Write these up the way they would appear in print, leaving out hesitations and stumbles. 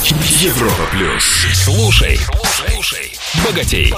Европа плюс. Слушай, богатей.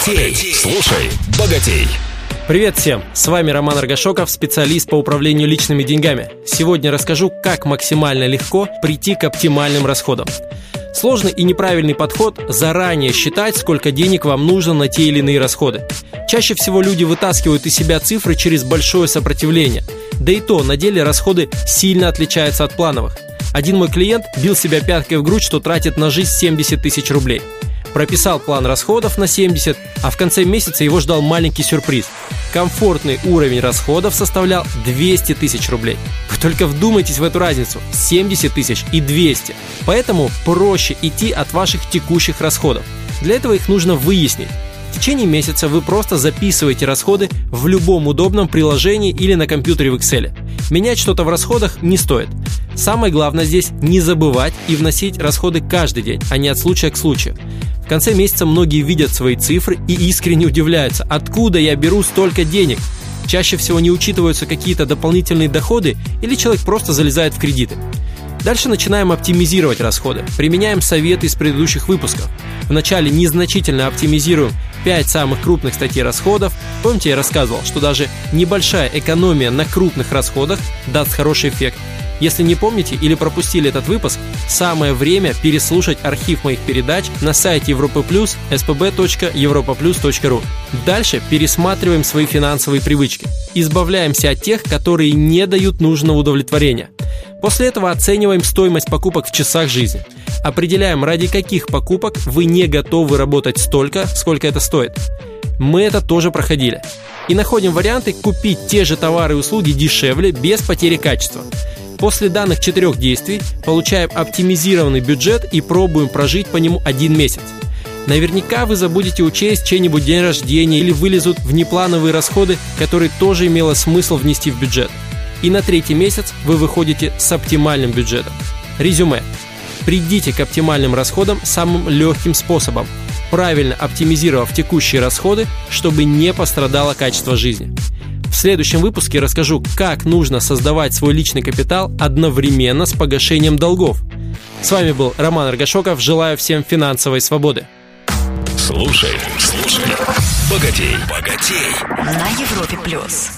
Слушай, богатей. Привет всем! С вами Роман Аргашоков, специалист по управлению личными деньгами. Сегодня расскажу, как максимально легко прийти к оптимальным расходам. Сложный и неправильный подход – заранее считать, сколько денег вам нужно на те или иные расходы. Чаще всего люди вытаскивают из себя цифры через большое сопротивление. Да и то, на деле расходы сильно отличаются от плановых. Один мой клиент бил себя пяткой в грудь, что тратит на жизнь 70 тысяч рублей. Прописал план расходов на 70, а в конце месяца его ждал маленький сюрприз. Комфортный уровень расходов составлял 200 тысяч рублей. Вы только вдумайтесь в эту разницу – 70 тысяч и 200. Поэтому проще идти от ваших текущих расходов. Для этого их нужно выяснить. В течение месяца вы просто записываете расходы в любом удобном приложении или на компьютере в Excel. Менять что-то в расходах не стоит. Самое главное здесь не забывать и вносить расходы каждый день, а не от случая к случаю. В конце месяца многие видят свои цифры и искренне удивляются, откуда я беру столько денег. Чаще всего не учитываются какие-то дополнительные доходы или человек просто залезает в кредиты. Дальше начинаем оптимизировать расходы. Применяем советы из предыдущих выпусков. Вначале незначительно оптимизируем 5 самых крупных статей расходов. Помните, я рассказывал, что даже небольшая экономия на крупных расходах даст хороший эффект. Если не помните или пропустили этот выпуск, самое время переслушать архив моих передач на сайте Европы Плюс spb.europaplus.ru. Дальше пересматриваем свои финансовые привычки. Избавляемся от тех, которые не дают нужного удовлетворения. После этого оцениваем стоимость покупок в часах жизни. Определяем, ради каких покупок вы не готовы работать столько, сколько это стоит. Мы это тоже проходили. И находим варианты купить те же товары и услуги дешевле, без потери качества. После данных 4 действий получаем оптимизированный бюджет и пробуем прожить по нему 1 месяц. Наверняка вы забудете учесть чей-нибудь день рождения или вылезут внеплановые расходы, которые тоже имело смысл внести в бюджет. И на 3-й месяц вы выходите с оптимальным бюджетом. Резюме. Придите к оптимальным расходам самым легким способом, правильно оптимизировав текущие расходы, чтобы не пострадало качество жизни. В следующем выпуске расскажу, как нужно создавать свой личный капитал одновременно с погашением долгов. С вами был Роман Аргашоков. Желаю всем финансовой свободы. Слушай, богатей. На Европе Плюс.